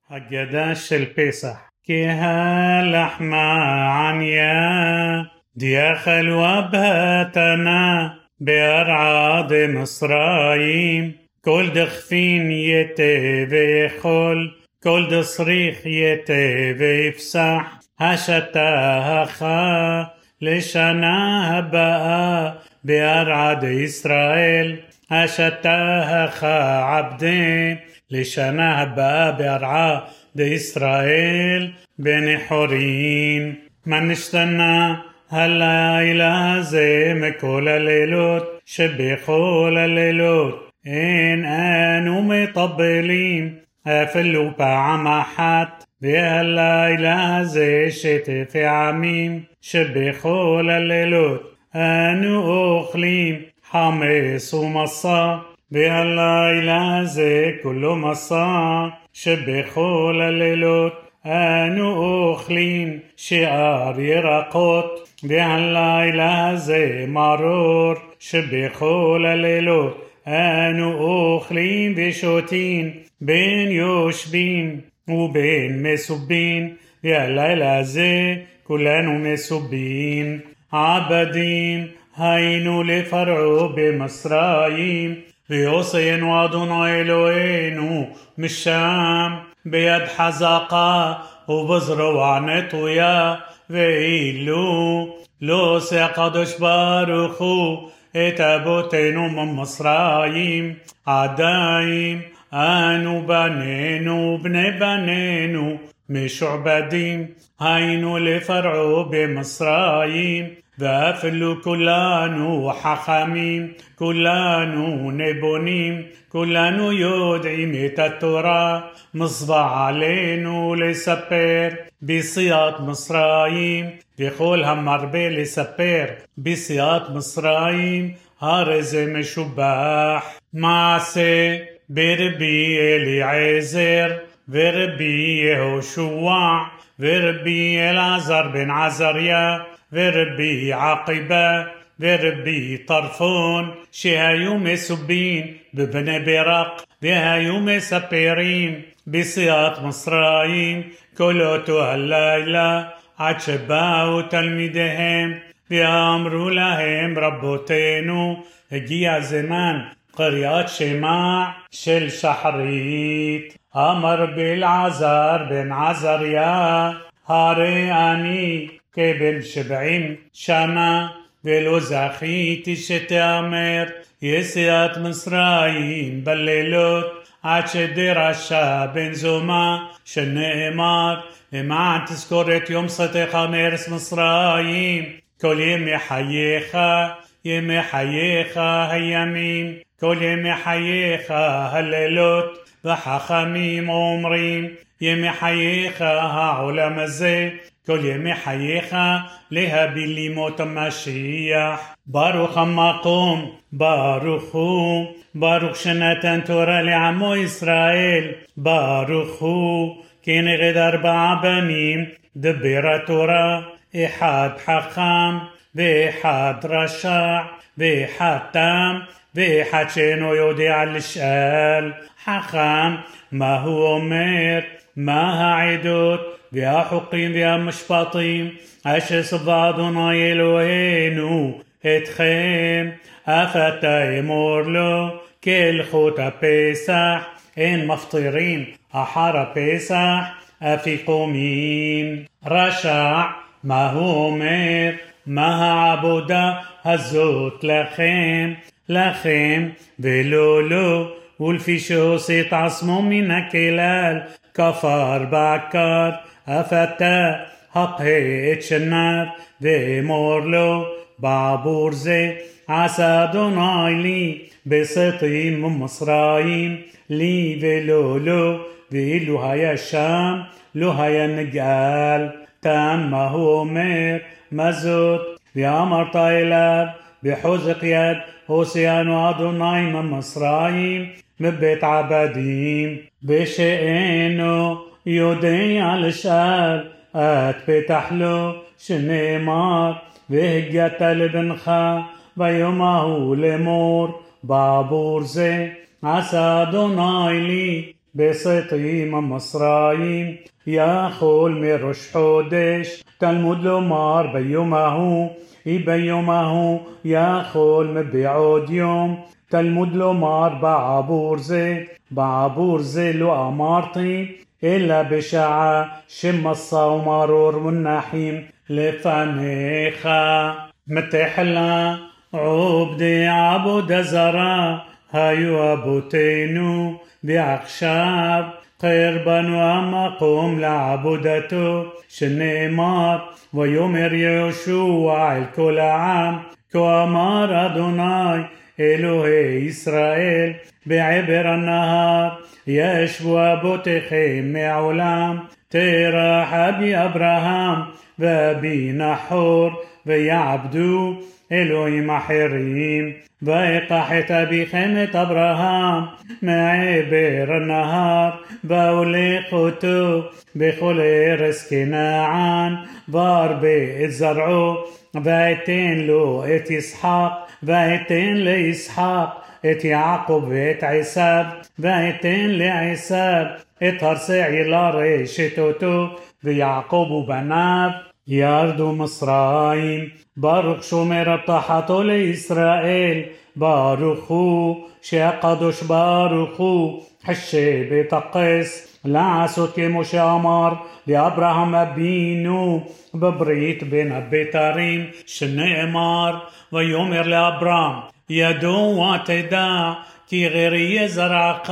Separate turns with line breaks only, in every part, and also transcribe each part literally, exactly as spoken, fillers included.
הגדה של פסח. כהלחמה עניה דיאכלו אבהתנה בהרעה דמצרים כל דכפין יתה ויכול כל דצריך יתה ויפסח השתהך לשנה הבאה בהרעה דישראל השתהך עבדי לשנה הבאה בהרעה דישראל בני חורין. מה נשתנה הלילה הזה מכל הלילות שבכל הלילות אין אנו מטבלים אפילו פעם אחת, והלילה הזה שטף עמים שבכל הלילות אנו אוכלים חמץ ומסע, והלילה הזה כולו מסע שבכל הלילות אנו אוכלים שאר ירקות, והלילה הזה מרור שבכל הלילות אנו אוכלים ושותים בין יושבים ובין מסובין, והלילה הזה כולנו מסובין. עבדים היינו לפרעה במצרים, ויוציאנו אדוני אלוהינו משם ביד חזקה ובזרוע נטויה, ואילו לא עושה הקדוש ברוך הוא את אבותינו ממצרים, עדיין אנו בנינו בני בנינו משועבדים היינו לפרעה במצרים, ואפילו כולנו חכמים, כולנו נבונים, כולנו יודעים את התורה. מצווה עלינו לספר ביציאת מצרים, וכל המרבה לספר ביציאת מצרים הרי זה משובח. מעשה ברבי אליעזר ורבי יהושע ורבי אלעזר בן עזריה ורבי עקיבא ורבי טרפון, שהיו מסובין בבני ברק והיו מספרים ביציאת מצרים כל אותו הלילה, עד שבאו תלמידיהם ואמרו להם רבותינו הגיע זמן קריאת שמע של שחרית. אמר בלעזר בן עזריה הרי אני כבן שבעים שנה ולא זכיתי שתאמר יציאת מצרים בלילות, עד שדרשה בן זומא שנאמר למען תזכור את יום צאתך מארץ מצרים כל ימי חייך, ימי חייך הימים, כל ימי חייך הלילות. וחכמים אומרים ימי חייך העולם הזה, כל ימי חייך להביא לימות המשיח. ברוך המקום, ברוך הוא, ברוך שנתן תורה לעמו ישראל, ברוך הוא. כנגד ארבעה בנים דבר התורה, אחד חכם ואחד רשע ואחד תם ואחד שאינו יודע לשאל. חכם מה הוא אומר, מה העדות והחוקים והמשפטים אשר ציווה אדוני אלוהינו אתכם, אף אתה אמור לו כהלכות הפסח אין מפטירין אחר הפסח אפיקומים. רשע מה הוא אומר, מה העבודה הזאת לכם, לכם ולא לו, ולפי שעושה את עצמו מן הכלל כפר בעקר, אף אתה הפה את שניו ואמור לו בעבור זה עשה אדוני לי בסתים ומצרים לי ולא לו, ואילו היה שם לא היה נגאל. תם מה הוא אומר, מה זאת? ואמרת אליו בחוזק יד הוציאנו אדוני ממצרים מבית עבדים, ושאינו יודע לשאל את פתח לו, שנאמר והגעת לבנך ביום ההוא לאמור בעבור זה עשה אדוני לי בסתים המסריים, יכול מראש חודש, תלמוד לומר ביום ההוא, אי ביום ההוא יכול מבעוד יום, תלמוד לומר בעבור זה, בעבור זה לא אמרתי, אלא בשעה שמסע ומרור מנחים לפניך. מתחלה עובדי עבודה זרה, היו אבותינו, ועכשיו קרבנו המקום לעבודתו, שנאמר, ויאמר יהושע אל כל העם, כה אמר אדוני אלוהי ישראל, בעבר הנהר ישבו אבותיכם מעולם, תרח אבי אברהם ואבי נחור, ויעבדו אלוהים אחרים, ויקח את אביכם את אברהם מעבר הנהר, והולך אותו בכל ארץ כנען, והרבה את זרעו, ויתן לו את ישחק, ויתן לישחק את יעקב ואת עשיו, ויתן לעשיו את הרשעי לרשת אותו, ויעקב ובניו ירדו מצרים. ברוך שומר הבטחתו לישראל, ברוך הוא שהקדוש ברוך הוא חשב ותקס לעשות כמו שאמר לאברהם אבינו בברית בין הבתרים, שנאמר, ויאמר לאברהם ידוע תדע כי גרי זרעך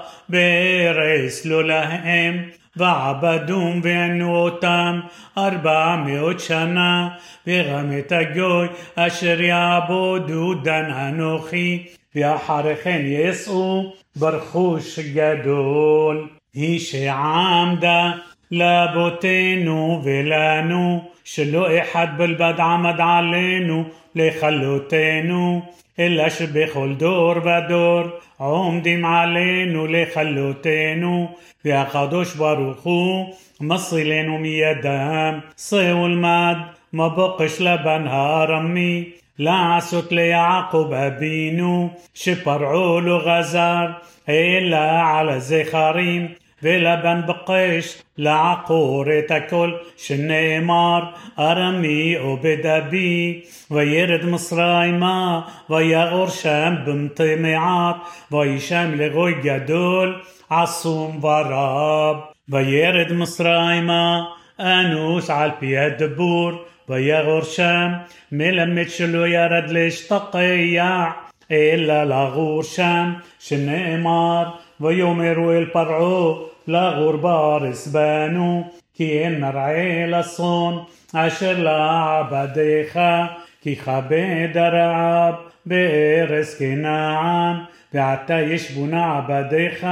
בארץ לא להם, ועבדום וענו אותם ארבע מאות שנה, וגם את הגוי אשר יעבודו דן אנוכי, ואחרי כן יסעו ברכוש גדול. היא שעמדה לאבותינו ולנו, שלא אחד בלבד עמד עלינו לכלותנו, אלא שבכל דור ודור עומדים עלינו לכלותנו, והקדוש ברוך הוא מצילנו מידם. צא ולמד מה בקש לבן הארמי לעשות ליעקב אבינו, שפרעה לא גזר אלא על הזכרים, ולבן בקש לעקור את הכל, שנאמר ארמי עובד אבי, וירד מצרימה ויגור שם במתי מעט, וישם לגוי גדול עצום ורב. וירד מצרימה אנוס על פי הדבור, ויגור שם, מלמד שלא ירד להשתקע אלא לגור שם, שנאמר ויאמרו אל פרעה לגור בארץ בנו, כי אין מרעה לצאן אשר לעבדיך, כי כבד הרעב בארץ כנען, ועתה ישבונה עבדיך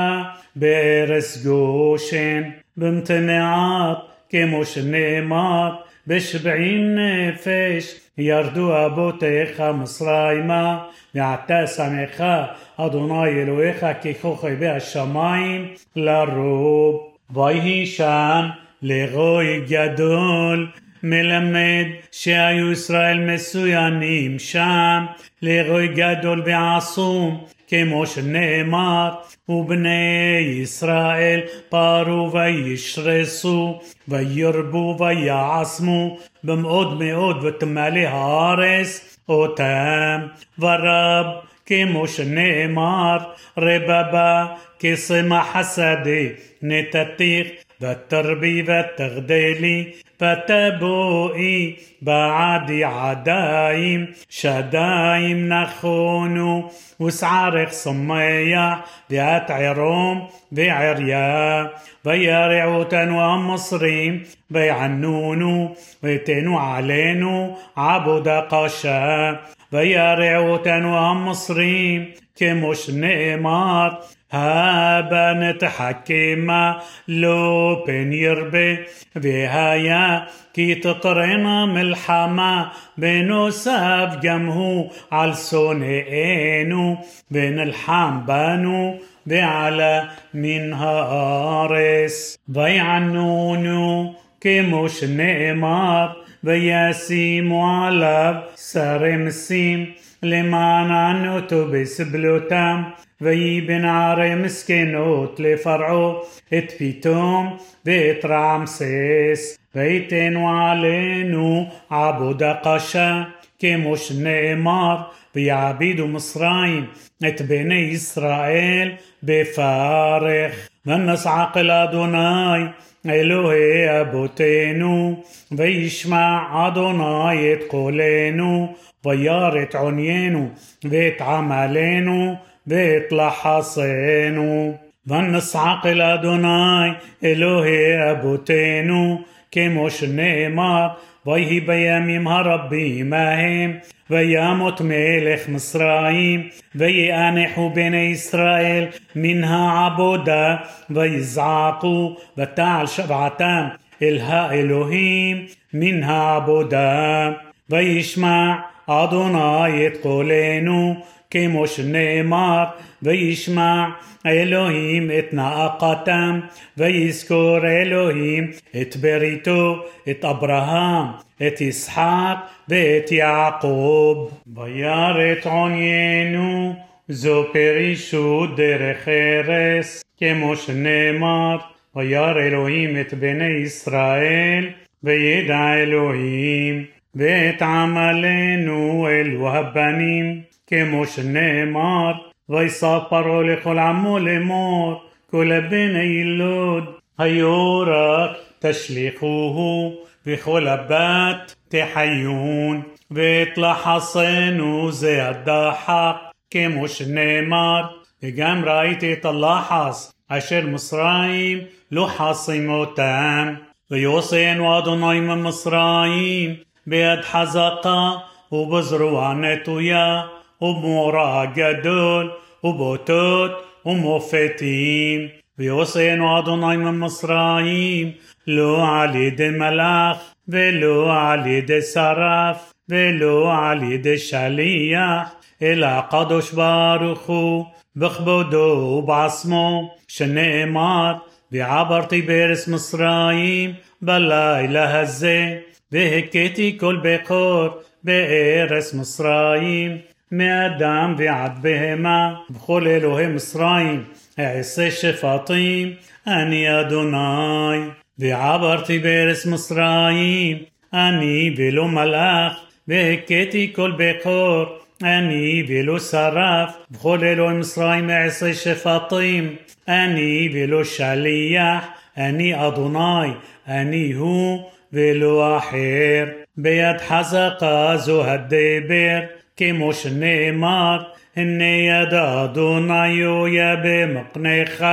בארץ גושן. במתי מעט כמו שנאמר, בשבעים נפש ירדו אבותיך מצרימה, ועתה שמך אדוני אלוהיך ככוכבי השמיים לרוב. ויהי שם לגוי גדול, מלמד שהיו ישראל מסוינים שם, לגוי גדול ועצום, כמו שנאמר, ובני ישראל פרו וישרסו וירבו ויעצמו במאוד מאוד, ותמלא הארץ אותם. ורב כמו שנאמר, רבבה כשמח השדה נתתיך, ותרבי ותגדלי ותבואי בעדי עדיים, שדיים נכונו ושערך שמח, ואת עירום ועריה. וירעו אותנו המצרים ויענונו, ויתנו עלינו עבודה קשה. וירעו אותנו המצרים כמו שנאמר, הבה נתחכמה לא פן ירבה, והיה כי תקרנה מלחמה בנוסף גם הוא על שונאינו, ונלחם בנו ועלה מן הארץ. ויענונו כמו שנאמר, וישימו עליו שרי מסים למען ענותו בסבלותם, ויהי בנערי מסכנות לפרעה את פתאום ואת רעמסס, ויתנו עלינו עבודה קשה, כמו שנאמר, ויעבידו מצרים את בני ישראל בפרך. ונצעק אל אדוני אלוהי אבותינו, וישמע אדוני את קולנו, וירא את עוניינו ואת עמלנו ואת לחסנו. ונצעק אל אדוני אלוהי אבותינו, כמו שנאמר, ויהי בימים הרבים ההם, וימות מלך מצרים, ויאנחו בני ישראל מן העבודה, ויזעקו ותעל שבעתם אל האלוהים מן העבודה. וישמע אדוני את קולנו, כמו שנאמר, וישמע אלוהים את נאקתם, ויזכור אלוהים את בריתו, את אברהם, את ישחק ואת יעקב. וירא את עוניינו, זו פרישות דרך ארץ, כמו שנאמר, וירא אלוהים את בני ישראל, וידע אלוהים ואת עמלנו אלו הבנים, כמו שנאמר, וישא פרעה לכל עמו לאמור, כל בני ילוד היו רק תשליכוהו, וכל הבת תחיון, ואת לחסנו זה הדחק, כמו שנאמר, וגם ראיתי את הלחס אשר מצרים לא חסים אותם. ויוציאנו אדוני ממצרים ביד חזקה ובזרוע נטויה ובמורא גדול ובאותות ומופתים. ויוציאנו אדוני ממצרים לא על ידי מלאך ולא על ידי שרף ולא על ידי שליח, אלא הקדוש ברוך הוא בכבודו ובעצמו, שנאמר, ועברתי בארץ מצרים בלילה הזה, והכיתי כל בכור בארץ מצרים, מאדם ועד בהמה, בכל אלוהי מצרים אעשה שפטים, אני אדוני. ועברתי בארץ מצרים, אני ולא מלאך, והכיתי כל בכור, אני ולא שרף, בכל אלוהי מצרים אעשה שפטים, אני ולא שליח, אני אדוני, אני הוא ולא אחר. ביד חזקה זו הדבר, כמו שנאמר, הנה יד אדוני יהיה במקנך,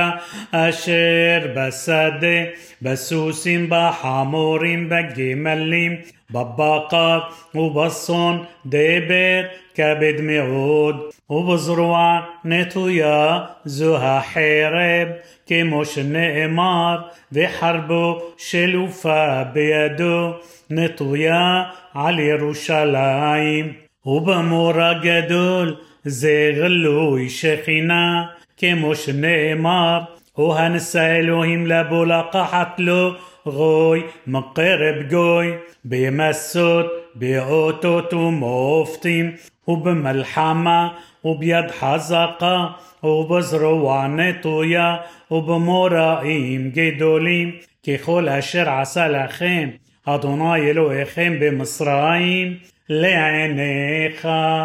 אשר בשדה, בסוסים, בחמורים, בגמלים, בבקר ובצאן, דבר כבד מאוד, ובזרוע נטויה זו החרב, כמו שנאמר, וחרבו שלופה בידו, נטויה על ירושלים. ובמורא גדול זה גלוי שכינה, כמו שנאמר, הוא הנשא אלוהים לבוא לקחת לו גוי מקרב גוי, במסות, באותות ומופתים, ובמלחמה, וביד חזקה, ובזרוע נטויה, ובמוראים גדולים, ככל אשר עשה לכם אדוני אלוהיכם במצרים לעיניך.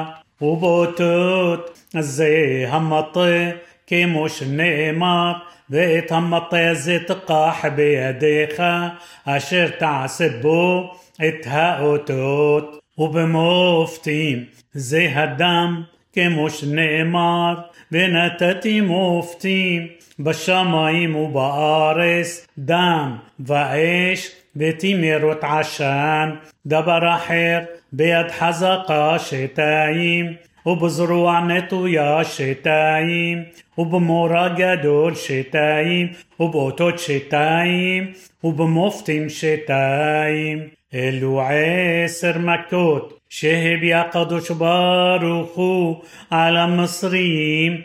ובאותות זה המטה, כמו שנאמר, ואת המטה הזה תקח בידיך, אשר תעשה בו את האותות. ובמופתים זה הדם, כמו שנאמר, ונתתי מופתים בשמיים ובארץ, דם ואש ותימרות עשן. דבר אחר, ביד חזקה שתיים, ובזרוע נטויה שתיים, ובמורא גדול שתיים, ובאותות שתיים, ובמופתים שתיים. אלו עשר מכות שהביא הקדוש ברוך הוא על המצרים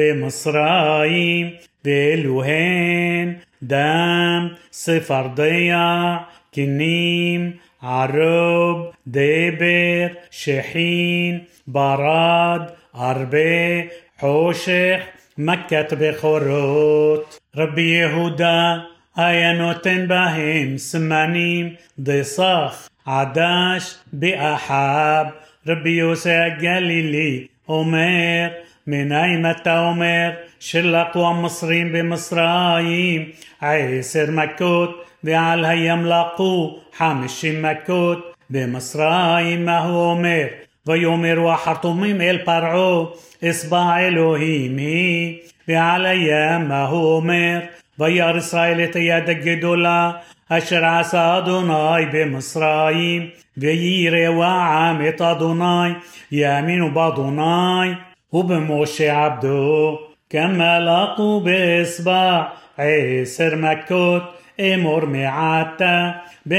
במצרים, ואלו הן דם, צפרדע, כנים, ערוב, דבר, שחין, ברד, הרבה, חושך, מכת בכורות. רבי יהודה היה נותן בהם סמנים דסך עדש באחב. רבי יוסי הגלילי אומר, מנין אתה אומר שלקו המצרים במצרים עשר מכות ועל הים לקו חמישים מכות במצרים? מה הוא אומר? ויאמרו החרטומים אל פרעה אצבע אלוהים היא. ועל הים מה הוא אומר? וירא ישראל את היד הגדולה אשר עשה אדוני במצרים, ויראו העם את אדוני יאמינו באדוני ובמשה עבדו. כמה לקו באצבע עשר מכות אמור מעתה.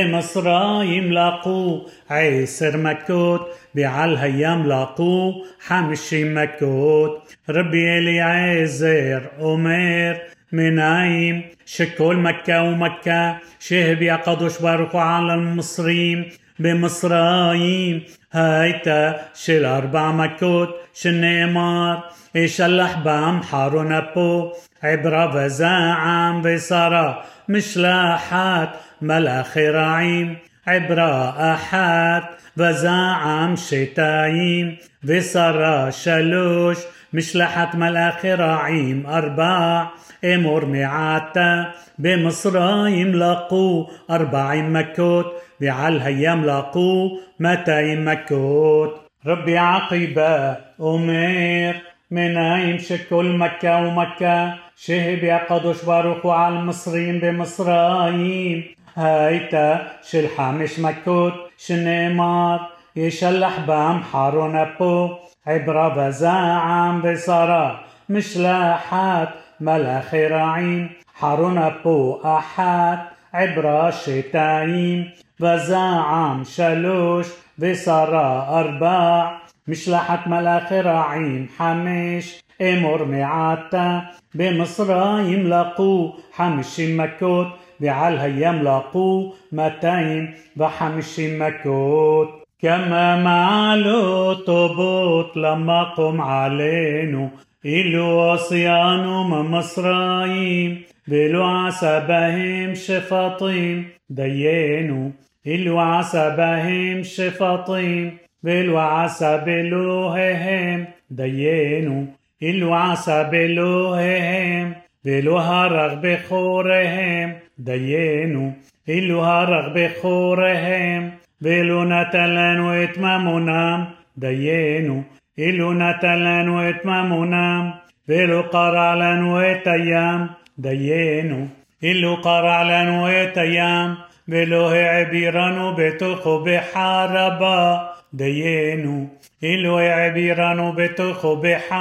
במצרים לקו עשר מכות ועל הים לקו חמישים מכות. רבי אליעזר אומר, מנין שכל מכה ומכה שהביא הקדוש ברוך הוא על המצרים במצרים הייתה של ארבע מכות, שנאמר ישלח בם חרון אפו עברה וזעם ושרה משלחת מלאכי רעים. עברה אחת וזעם שתיים ושרה שלוש משלחת מלאכי רעים ארבע. אמור מעתה. במצרים לקו ארבעים מכות ועל הים לקו מאתיים מכות. רבי עקיבא אומר, מנין שכל מכה ומכה שהביא הקדוש ברוך הוא על מצרים במצרים הייתה של חמש מכות, שנאמר ישלח בם חרון אפו עברה וזעם ושרה משלחת מלאכי רעים. חרון אפו אחת, עברה שתיים וזעם שלוש ושרה ארבע. משלחת מלאכי רעים חמש. אמור מעתה. במצרים לקו חמישים מכות ועל הים לקו מאתיים וחמישים מכות. כמה מעלות טובות למקום עלינו אילו עשיינו ממצרים ולא עשה בהם שפטים. דיינו אילו עשה בהם שפטים ולא עשה באלוהיהם. דיינו אילו עשה באלוהיהם ולא הרג בכוריהם. דיינו אילו הרג בכוריהם ולא נתן לנו את ממונם. דיינו אילו נתן לנו את ממונם ולא קרע לנו את הים. דיינו אילו קרע לנו את הים ולא העבירנו בתוכו בחרבה. דיינו אילו העבירנו בתוכו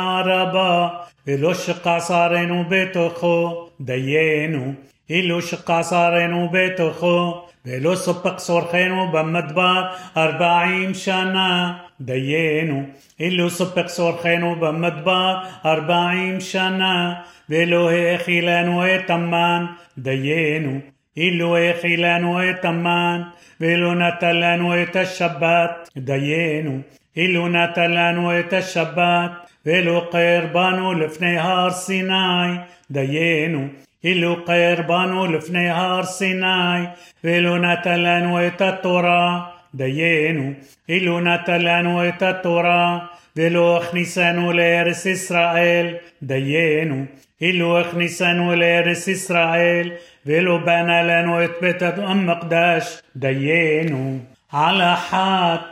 בחרבה ולא שqa שרנו בתוכו. דיינו אילו שqa שרנו בתוכו ולא סופק שורחנו במדבר ארבעים שנה. דיינו אילו סופק שורחנו במדבר ארבעים שנה ולא האכילנו את המן. דיינו אילו האכילנו את המן ולא נתן לנו את השבת. דיינו אילו נתן לנו את השבת ולא קרבנו לפני הר סיני. דיינו אילו קרבנו לפני הר סיני ולא נתן לנו את התורה. דיינו אילו נתן לנו את התורה ולא הכניסנו לארץ ישראל. דיינו אילו הכניסנו לארץ ישראל ולא בנה לנו את בית המקדש. דיינו על אחת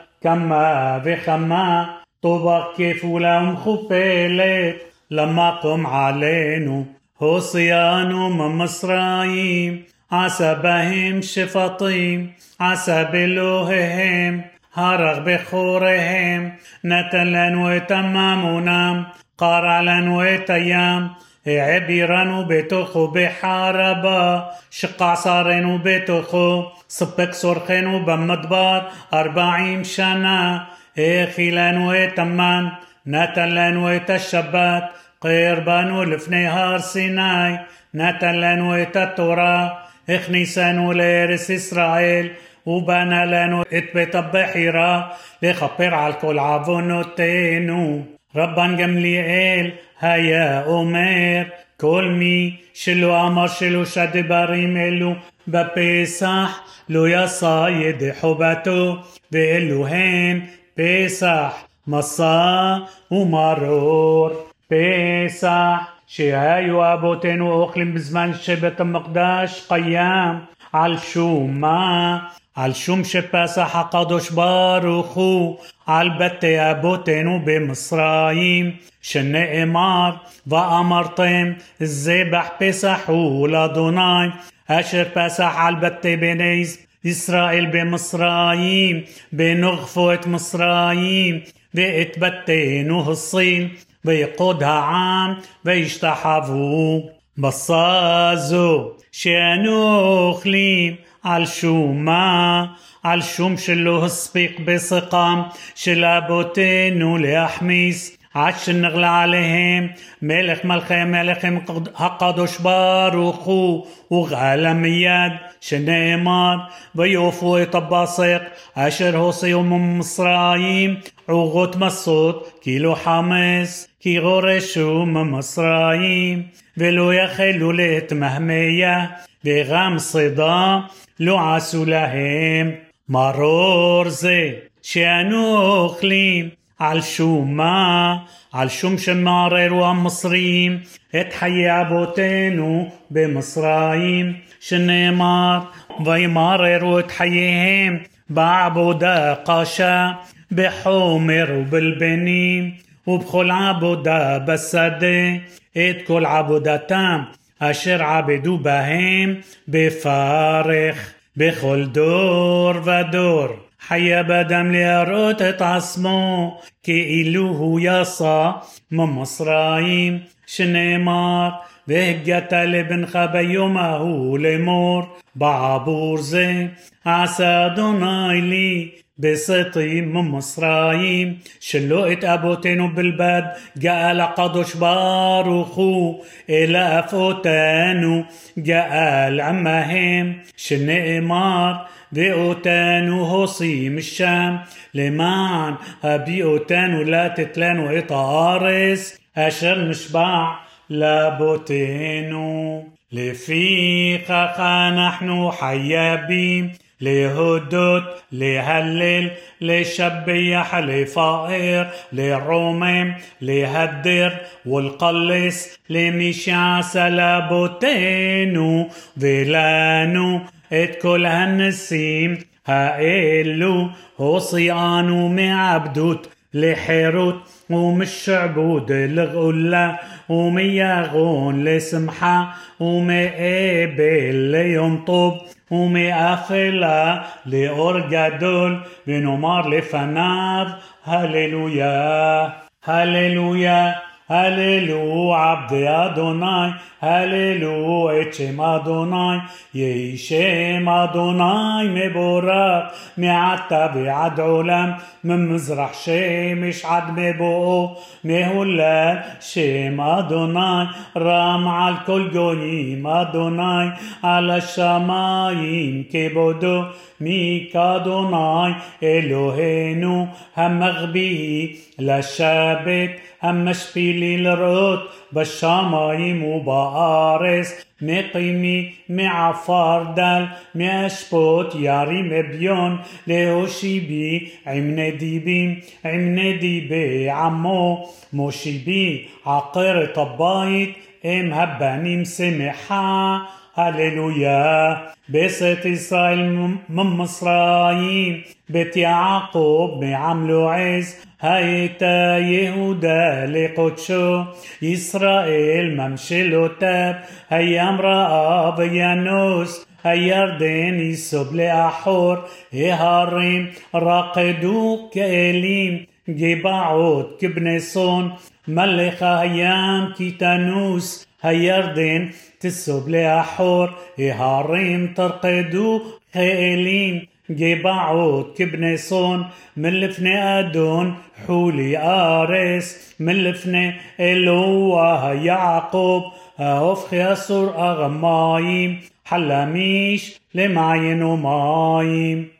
כמה וכמה טובה כפולה ומכופלת למקום עלינו הוציאנו ממצרים. עשה בהם שפטים, עשה באלוהיהם, הרג בכוריהם, נתן לנו את הממונם, קרע לנו את הים, העבירנו בתוכו בחרבה, שqa שרנו בתוכו, ספק שורחנו במדבר ארבעים שנה, האכילנו את המן, נתן לנו את השבת, קרבנו לפני הר סיני, נתן לנו את התורה, הכניסנו לארץ ישראל, ובנה לנו את בית הבחירה לכפר על כל עוונותינו. רבן גמליאל היה אומר כל מי שלא אמר שלושה דברים אלו בפסח לא יעשה ידי חובתו, ואלו הן פסח, מסע ומרור. פסח שהיו אבותינו אוכלים בזמן שבית המקדש קיים, על שום מה? על שום שפסח הקדוש ברוך הוא על בתי אבותינו במצרים, שנאמר ואמרתם זבח פסח הוא לאדוני, אשר פסח על בתי בני ישראל במצרים, בנגפו את מצרים ואת בתינו הציל, ויqוד העם וישתחוו. מסע זו שאנו אוכלים על שום מה? על שום שלא הספיק בסקם של אבותינו להחמיס, עד שנגלה עליהם מלך מלכי מלכים הקדוש ברוך הוא וגאלה מיד, שנאמר ויופו את הבסק אשר הוציאו ממצרים עוגות מסות כאילו חמס, כי גורשו ממצרים ולא יכלו להתמהמה, וגם צידה לא עשו להם. מרור זה שאנו אוכלים על שום מה? על שום שמעררו המצרים את חיי אבותינו במצרים, שנאמר וימררו את חייהם בעבודה קשה, בחומר ובלבנים ובכל עבודה בשדה, את כל עבודתם אשר עבדו בהם בפרך. בכל דור ודור חיה בדם להראות את עצמו כאילו הוא יצא ממצרים, שנאמר והגעת לבנך ביום ההוא לאמור בעבור זה עשה אדוני לי בסטי ממצרים, שלא את אבותינו בלבד גאל הקדוש ברוך הוא, אלא אף אותנו גאל עמהם, שנאמר ואותנו הוציא משם, למען הביא אותנו לתת לנו את הארץ אשר נשבע לאבותינו. לפיכך אנחנו חייבים להודות, להלל, לשבח, לפאר, לרומם, להדר ולקלס למי שעשה לאבותינו ולנו את כל הנסים האלו, הוציאנו מעבדות לחירות ומשעבוד לגאולה, ומיגון לשמחה, ומאבל ליום טוב, ומאפלה לאור גדול, ונאמר לפניו הללויה, הללויה, הללו עבדי אדוני, הללו את שם אדוני, יהי שם אדוני מבורך מעתה ועד עולם, ממזרח שמש עד מבואו, מהולל שם אדוני, רם על כל גויים אדוני, על השמיים כבודו, מי כאדוני אלוהינו, המגביא לשבת, המשפילי לראות בשמיים ובארץ, מקימי מעפר דל, מאשפות ירים אביון, להושיבי עם נדיבים, עם נדיבי עמו, מושיבי עקרת הבית, עם הבנים שמחה, הללויה. בית ישראל ממצרים, בית יעקב מעם לועז, הייתה יהודה לקודשו, ישראל ממשלותיו, הים ראה וינוס, הירדן יסוב לאחור, ההרים רקדו כאלים, גבעות כבני צאן, מלך הים כי תנוס, הירדן תסוב לאחור, ההרים תרקדו כאלים, גבעות כבני צאן, מלפני אדון חולי ארץ, מלפני אלוה יעקב, ההופכי אסור ארמיים, חלמיש למעיינו מים.